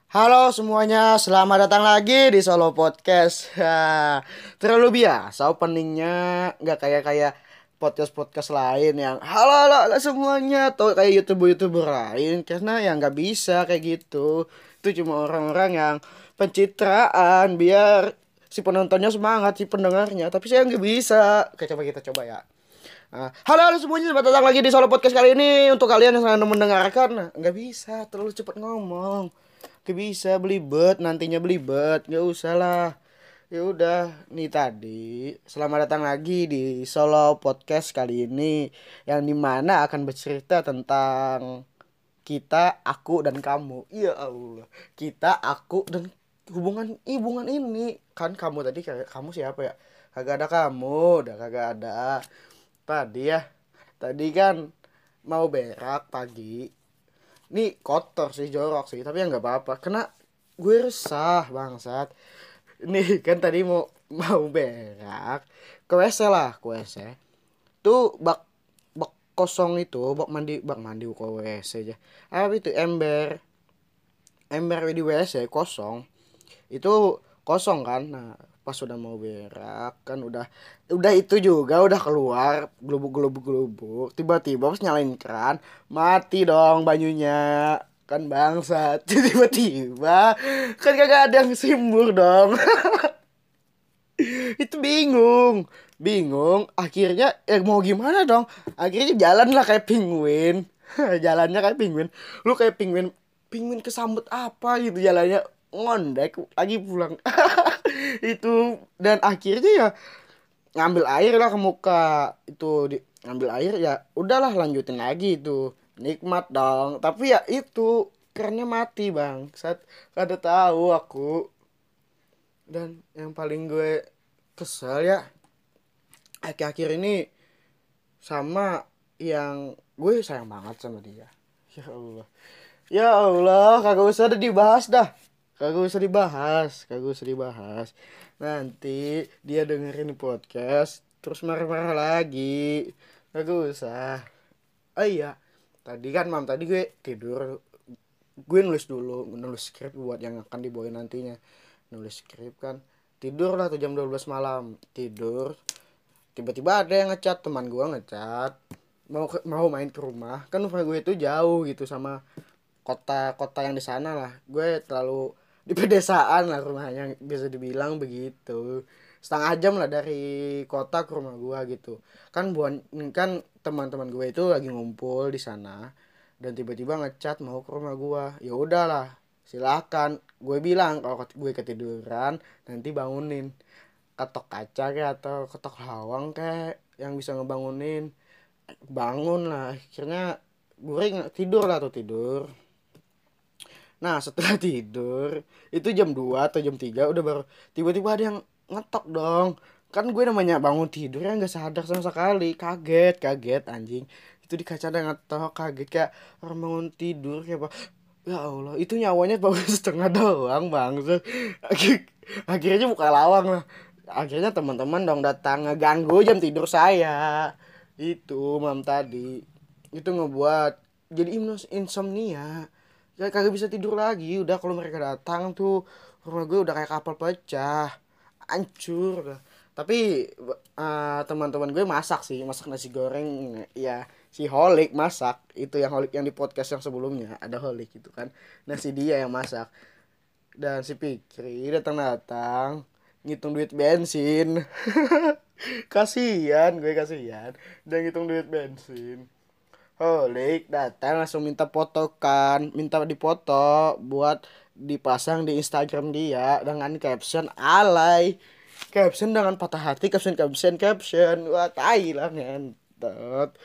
Halo semuanya, selamat datang lagi di Solo Podcast. Terlalu biasa openingnya, nggak kayak podcast-podcast lain yang halo, halo, halo semuanya, atau kayak youtuber-youtuber lain, karena ya nggak bisa kayak gitu. Itu cuma orang-orang yang pencitraan biar si penontonnya semangat, si pendengarnya. Tapi saya nggak bisa. Oke, coba kita coba ya. Halo, halo semuanya, selamat datang lagi di Solo Podcast kali ini. Untuk kalian yang sedang mendengarkan, nggak bisa terlalu cepat ngomong. Gak bisa belibet, nantinya belibet, nggak usah lah. Ya udah, nih tadi selamat datang lagi di Solo Podcast kali ini yang dimana akan bercerita tentang kita, aku dan kamu. Ya Allah, kita, aku dan hubungan ini kan kamu tadi kayak kamu siapa ya? Kagak ada kamu, udah kagak ada. Tadi ya, tadi kan mau berak pagi. Ini kotor sih, jorok sih, tapi ya nggak apa-apa. Kena gue resah bangsat. Nih kan tadi mau mau berak ke WC lah, ke WC. Tuh bak bak kosong itu, bak mandi ke WC aja. Apa itu ember ember di WC kosong. Itu kosong kan. Nah, pas sudah mau berak kan udah itu juga udah keluar gelubuk tiba-tiba pas nyalain keran mati dong banyunya kan bangsa. Tiba-tiba kan kagak ada yang simbur dong. Itu bingung bingung akhirnya mau gimana dong, akhirnya jalan lah kayak penguin. Jalannya kayak penguin, lu kayak penguin penguin kesambet apa gitu jalannya, ngondek lagi pulang. Itu dan akhirnya ya ngambil air lah ke muka itu ngambil air ya udahlah lanjutin lagi itu nikmat dong, tapi ya itu kerennya mati bang saat kada tahu aku. Dan yang paling gue kesel ya akhir-akhir ini sama yang gue sayang banget sama dia. Ya Allah, ya Allah, kagak usah dibahas dah. Kagak usah dibahas. Nanti dia dengerin podcast terus marah-marah lagi. Kagak usah. Oh iya, tadi kan tadi gue tidur. Gue nulis skrip buat yang akan dibawain nantinya. Nulis skrip kan. Tidur lah tuh jam 12 malam. Tidur. Tiba-tiba ada yang ngechat, teman gue ngechat. Mau main ke rumah. Kan rumah gue itu jauh gitu sama kota-kota yang di sana lah. Gue terlalu di pedesaan lah rumahnya, bisa dibilang begitu. Setengah jam lah dari kota ke rumah gue gitu. Kan teman-teman gue itu lagi ngumpul di sana dan tiba-tiba ngechat mau ke rumah gue. Ya udahlah, silakan. Gue bilang kalau gue ketiduran nanti bangunin. Ketok kaca kayak atau ketok lawang kayak yang bisa ngebangunin. Bangun lah. Akhirnya gue tidur lah tuh tidur. Nah setelah tidur itu jam 2 atau jam 3 udah baru tiba-tiba ada yang ngetok dong. Kan gue namanya bangun tidur ya nggak sadar sama sekali, kaget kaget anjing. Itu di kaca ada yang ngetok, kaget kayak orang bangun tidur kayak apa. Ya Allah, itu nyawanya baru setengah doang bang. Akhirnya buka lawang lah. Akhirnya teman-teman dong datang ngeganggu jam tidur saya. Itu tadi itu ngebuat jadi insomnia. Ya kagak bisa tidur lagi udah kalau mereka datang tuh, rumah gue udah kayak kapal pecah, hancur dah. Tapi teman-teman gue masak nasi goreng ya. Si Holik masak itu, yang Holik yang di podcast yang sebelumnya ada Holik itu kan, nasi dia yang masak. Dan si Pikri datang-datang ngitung duit bensin. Kasihan gue, kasihan dan ngitung duit bensin. Holik datang langsung minta foto kan, minta dipoto buat dipasang di Instagram dia dengan caption alay. Caption dengan patah hati, caption. Wah, tai lah ngentot.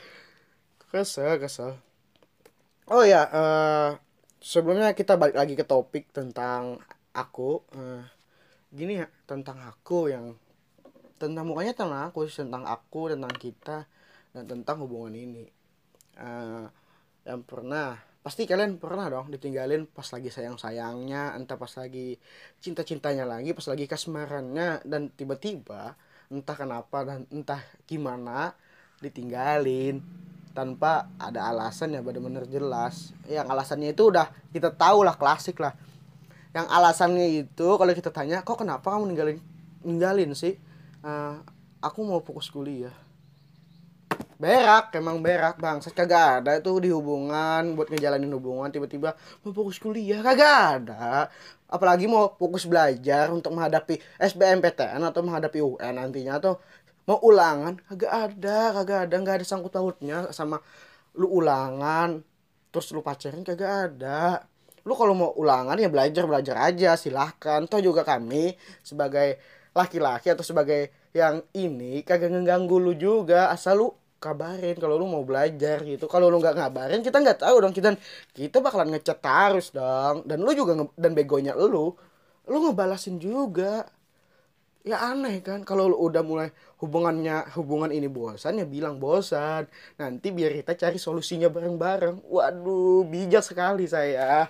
Kesel. Oh ya, sebelumnya kita balik lagi ke topik tentang aku. Gini ya, tentang aku yang tentang mukanya tentang aku, tentang aku, tentang kita dan tentang hubungan ini. eh yang pernah pasti kalian pernah dong ditinggalin pas lagi sayang-sayangnya, entah pas lagi cinta-cintanya lagi, pas lagi kasmarannya, dan tiba-tiba entah kenapa dan entah gimana ditinggalin tanpa ada alasan ya benar-benar jelas. Yang alasannya itu udah kita tahu lah, klasik lah. Yang alasannya itu kalau kita tanya, kok kenapa kamu ninggalin sih? "Eh, aku mau fokus kuliah." Berak, emang berak bang. Saya kagak ada tuh di hubungan buat ngejalanin hubungan tiba-tiba mau fokus kuliah, kagak ada. Apalagi mau fokus belajar untuk menghadapi SBMPTN atau menghadapi UN nantinya, atau mau ulangan, kagak ada sangkut pautnya sama lu ulangan terus lu pacaran, kagak ada. Lu kalau mau ulangan ya belajar belajar aja, silahkan. Toh juga kami sebagai laki-laki atau sebagai yang ini kagak ngeganggu lu juga, asal lu kabarin kalau lu mau belajar gitu. Kalau lu nggak ngabarin, kita nggak tahu dong, kita bakalan ngechat terus dong. Dan lu juga dan begonya lu ngebalasin juga. Ya aneh kan, kalau lu udah mulai hubungan ini bosan, ya bilang bosan. Nanti biar kita cari solusinya bareng-bareng. Waduh, bijak sekali saya.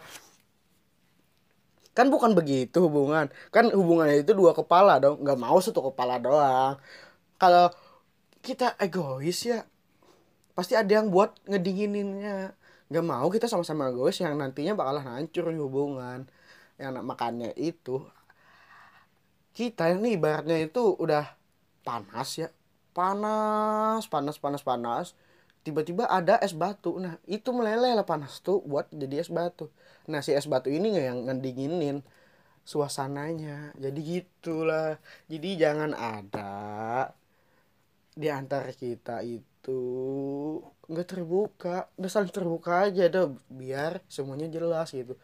Kan bukan begitu hubungan. Kan hubungannya itu dua kepala dong, nggak mau satu kepala doang. Kalau kita egois ya pasti ada yang buat ngedingininnya. Nggak mau kita sama-sama egois yang nantinya bakalan hancur di hubungan. Yang makanya itu kita ini ibaratnya itu udah panas ya, panas panas panas panas, tiba-tiba ada es batu. Nah itu meleleh lah panas tuh buat jadi es batu. Nah si es batu ini nggak yang ngedinginin suasananya. Jadi gitulah. Jadi jangan ada di antara kita itu nggak terbuka, udah saling terbuka aja dah biar semuanya jelas gitu.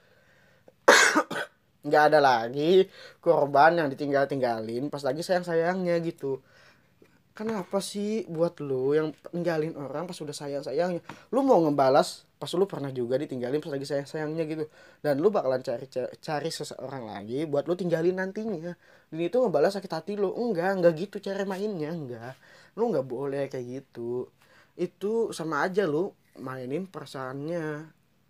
Nggak ada lagi korban yang ditinggalin pas lagi sayang-sayangnya gitu. Kenapa sih buat lu yang ninggalin orang pas udah sayang-sayangnya? Lu mau ngebalas pas lu pernah juga ditinggalin pas lagi sayang-sayangnya gitu. Dan lu bakalan cari seseorang lagi buat lu tinggalin nantinya. Dan itu ngebalas sakit hati lu. Enggak gitu cara mainnya, enggak. Lu nggak boleh kayak gitu. Itu sama aja lu mainin perasaannya.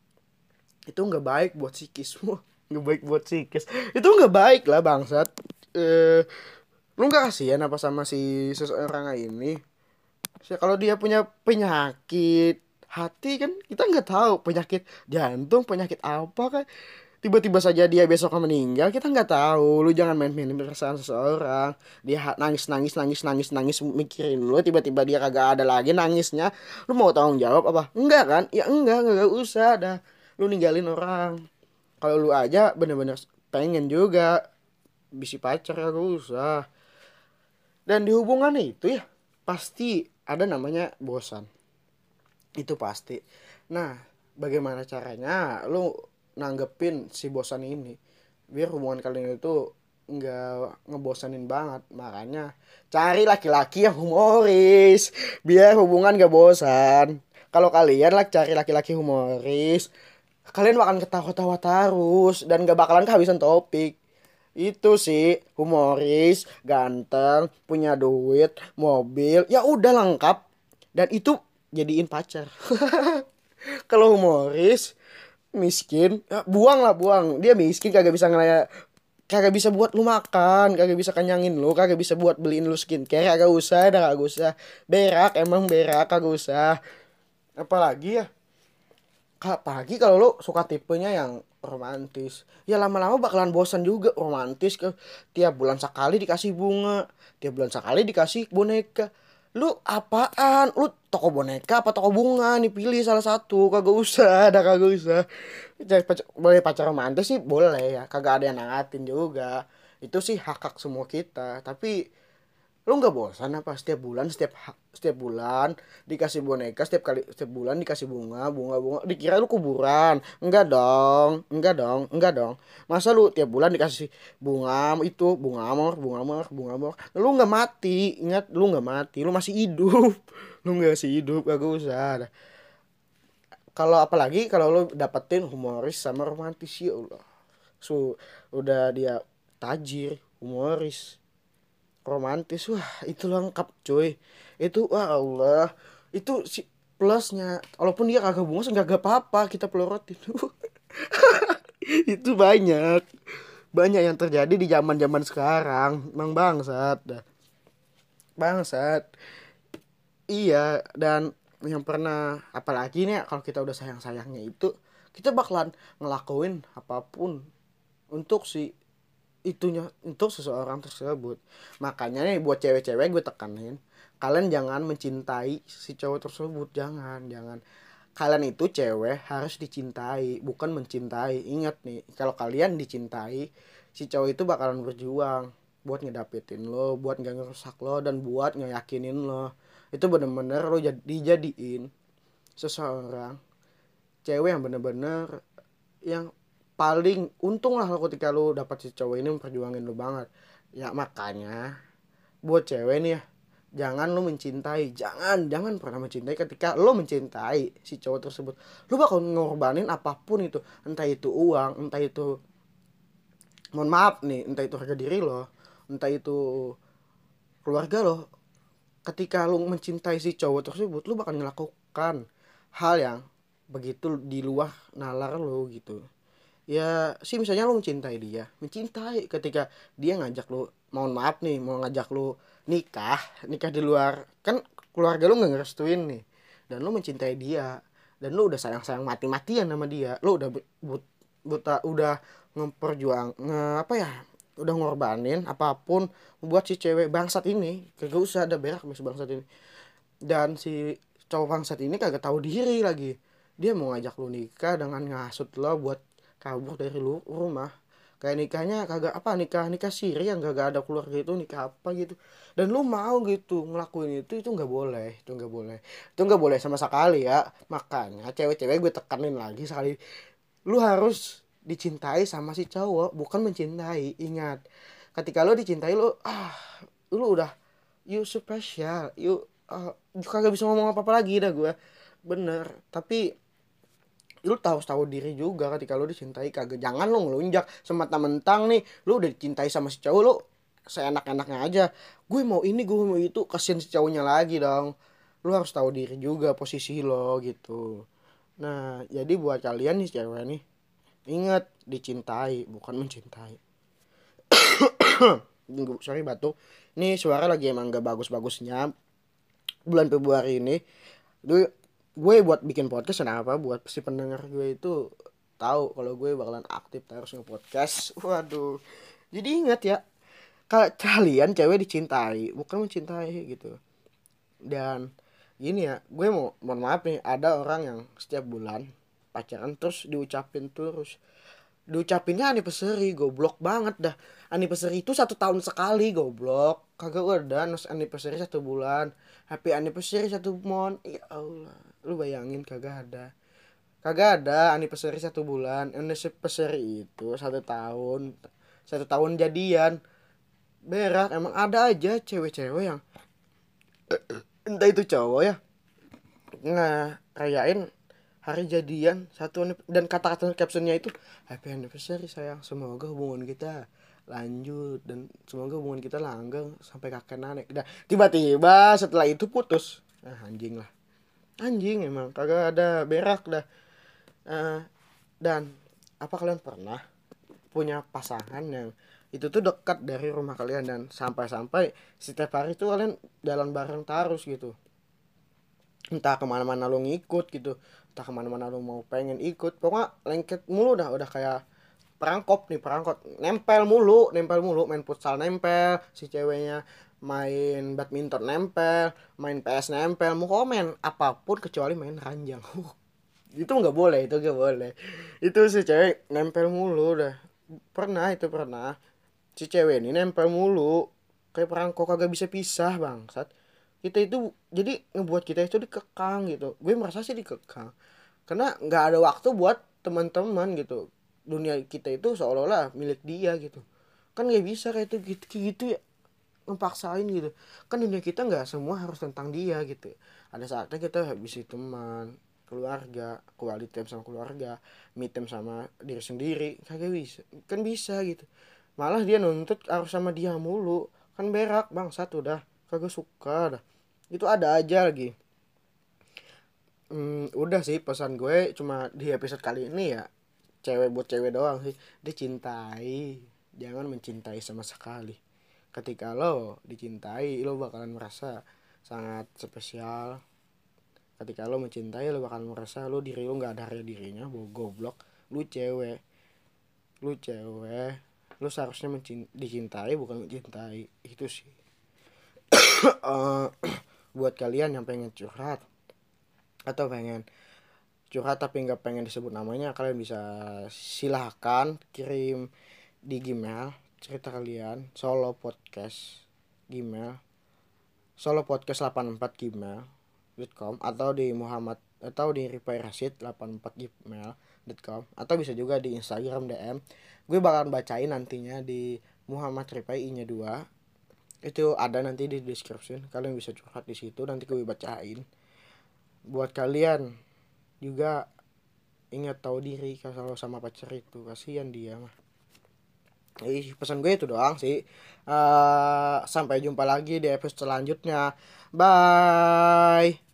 Itu nggak baik buat psikismu. Nggak baik buat psikis. Itu nggak baik lah bangsat. Eh, lu nggak kasihan apa sama si seseorang ini? Kalau dia punya penyakit hati kan kita nggak tahu, penyakit jantung, penyakit apa kan, tiba-tiba saja dia besok akan meninggal, kita nggak tahu. Lu jangan main-mainin perasaan seseorang. Dia nangis nangis nangis nangis nangis mikirin lu, tiba-tiba dia kagak ada lagi nangisnya. Lu mau tanggung jawab apa? Enggak kan? Ya enggak usah dah lu ninggalin orang. Kalau lu aja bener-bener pengen juga bisi pacar, ya gak usah. Dan di hubungan itu ya pasti ada namanya bosan. Itu pasti. Nah, bagaimana caranya lu nanggepin si bosan ini biar hubungan kalian itu nggak ngebosanin banget? Makanya cari laki-laki yang humoris biar hubungan gak bosan. Kalau kalian lah cari laki-laki humoris, kalian bakalan ketawa-tawa terus dan gak bakalan kehabisan topik. Itu sih humoris, ganteng, punya duit, mobil, ya udah lengkap. Dan itu jadiin pacar. Kalau humoris, miskin, ya buang lah buang. Dia miskin kagak bisa ngelaya, kagak bisa buat lu makan, kagak bisa kenyangin lu, kagak bisa buat beliin lu skincare, kagak usah, dah kagak usah. Berak emang berak, kagak usah. Apalagi ya, apalagi kalau lo suka tipenya yang romantis, ya lama-lama bakalan bosan juga romantis ke tiap bulan sekali dikasih bunga, tiap bulan sekali dikasih boneka. Lu apaan, lu toko boneka apa toko bunga nih, pilih salah satu. Kagak usah, ada kagak usah. Boleh pacar romantis sih boleh ya, kagak ada yang nangatin juga. Itu sih hak hak semua kita. Tapi lu nggak bosan apa setiap bulan dikasih boneka, setiap bulan dikasih bunga dikira lu kuburan? Enggak dong. Masa lu tiap bulan dikasih bunga itu, bunga amor, lu nggak mati. Ingat, lu nggak mati, lu masih hidup. Lu nggak masih hidup, gak usah. Kalau apalagi kalau lu dapetin humoris sama romantis, ya Allah, udah dia tajir, humoris, romantis, wah itu lengkap coy. Itu wah Allah, itu si plusnya. Walaupun dia kagak bunga enggak apa-apa, kita pelorot itu. Itu banyak yang terjadi di zaman-zaman sekarang. Emang bangsat dah. Bangsat. Iya, dan yang pernah apalagi nih kalau kita udah sayang-sayangnya itu kita bakalan ngelakuin apapun untuk si itunya, untuk seseorang tersebut. Makanya nih buat cewek-cewek gue tekanin, kalian jangan mencintai si cowok tersebut, jangan. Kalian itu cewek harus dicintai, bukan mencintai. Ingat nih, kalau kalian dicintai, si cowok itu bakalan berjuang buat ngedapetin lo, buat gak ngerusak lo, dan buat ngeyakinin lo. Itu bener-bener lo dijadiin seseorang cewek yang bener-bener yang paling untung lah ketika lu dapat si cowok ini memperjuangin lu banget. Ya makanya buat cewek nih ya, jangan lu mencintai, jangan pernah mencintai. Ketika lu mencintai si cowok tersebut, lu bakal ngorbanin apapun itu, entah itu uang, entah itu, mohon maaf nih, entah itu harga diri lo, entah itu keluarga lo. Ketika lu mencintai si cowok tersebut, lu bakal melakukan hal yang begitu di luar nalar lu gitu. Ya sih, misalnya lu mencintai ketika dia ngajak lu, mohon maaf nih, mau ngajak lu nikah di luar, kan keluarga lu nggak ngerestuin nih, dan lu mencintai dia, dan lu udah sayang mati-matian sama dia, lu udah udah ngeperjuang apa ya, udah ngorbanin apapun buat si cewek bangsat ini, kagak usah ada berak mas bangsat ini. Dan si cowok bangsat ini kagak tahu diri lagi, dia mau ngajak lu nikah dengan ngasut lo buat kabur dari lu rumah. Kayak nikahnya kagak apa, nikah siri yang kagak ada keluarga, itu nikah apa gitu, dan lu mau gitu ngelakuin itu nggak boleh, itu nggak boleh sama sekali ya. Makanya cewek-cewek gue tekanin lagi sekali, lu harus dicintai sama si cowok, bukan mencintai. Ingat, ketika lu dicintai, lu udah, you spesial, you kagak bisa ngomong apa-apa lagi dah gue, bener. Tapi lu tahu diri juga, ketika lu dicintai kagak, jangan lu ngelunjak semata-mentang nih lu udah dicintai sama si cowok, lu seenak-enaknya aja, gue mau ini, gue mau itu, kasihan si cowoknya lagi dong. Lu harus tahu diri juga posisi lo gitu. Nah jadi buat kalian nih cewek nih, ingat, dicintai bukan mencintai. Sorry batuk, ini suara lagi emang gak bagus-bagusnya bulan Februari ini. Gue buat bikin podcast kenapa, buat si pendengar gue itu tahu kalau gue bakalan aktif terus nge-podcast. Waduh, jadi ingat ya, kalian cewek dicintai bukan mencintai gitu. Dan gini ya, gue mau mohon maaf nih, ada orang yang setiap bulan pacaran terus diucapinnya anniversary, goblok banget dah. Anniversary itu 1 tahun sekali, goblok. Kagak udah anniversary 1 bulan, happy anniversary 1 month. Ya Allah, lu bayangin, kagak ada anniversary 1 bulan. Anniversary itu 1 tahun, 1 tahun jadian. Berak, emang ada aja cewek-cewek yang entah itu cowok ya, ngerayain hari jadian dan kata-kata captionnya itu happy anniversary sayang, semoga hubungan kita lanjut dan semoga hubungan kita langgeng sampai kakek nenek. Dah tiba-tiba setelah itu putus. Anjing lah, anjing emang kagak ada berak dah. Eh, dan apa kalian pernah punya pasangan yang itu tuh dekat dari rumah kalian, dan sampai-sampai setiap hari tuh kalian jalan bareng terus gitu, entah kemana-mana lu ngikut gitu, entah kemana-mana lu mau pengen ikut, pokoknya lengket mulu dah, udah kayak perangkot, nempel mulu, main futsal nempel si ceweknya, main badminton nempel, main PS nempel, mau komen apapun kecuali main ranjang. Itu nggak boleh, itu nggak boleh, itu si cewek nempel mulu dah. Pernah si cewek ini nempel mulu kayak perangko, kagak bisa pisah bangsat. Kita itu jadi ngebuat kita itu dikekang gitu, gue merasa sih dikekang karena nggak ada waktu buat teman-teman gitu. Dunia kita itu seolah-olah milik dia gitu, kan nggak bisa kayak itu gitu ya, ngepaksain gitu. Kan dunia kita nggak semua harus tentang dia gitu, ada saatnya kita habis teman, keluarga, quality time sama keluarga, me time sama diri sendiri, kagak bisa, kan bisa gitu. Malah dia nuntut harus sama dia mulu, kan berak bangsat, udah kagak suka dah. Itu ada aja lagi. Udah sih pesan gue cuma di episode kali ini ya, cewek buat cewek doang sih, dicintai jangan mencintai sama sekali. Ketika lo dicintai, lo bakalan merasa sangat spesial. Ketika lo mencintai, lo bakalan merasa lo diri lo nggak ada harga dirinya, goblok. Lu cewek, Lu cewek, lu seharusnya dicintai bukan mencintai. Itu sih. Eh, buat kalian yang pengen curhat atau pengen curhat tapi nggak pengen disebut namanya, kalian bisa silahkan kirim di Gmail cerita kalian, solo podcast Gmail, solo podcast 84 gmail.com, atau di Muhammad atau di Ripai Rasid 84 gmail.com, atau bisa juga di Instagram DM. Gue bakalan bacain nantinya di Muhammad Ripai I nya 2. Itu ada nanti di description, kalian bisa curhat di situ, nanti gue bacain. Buat kalian juga ingat tahu diri kalau sama pacar itu, kasihan dia mah. Pesan gue itu doang sih. Sampai jumpa lagi di episode selanjutnya. Bye.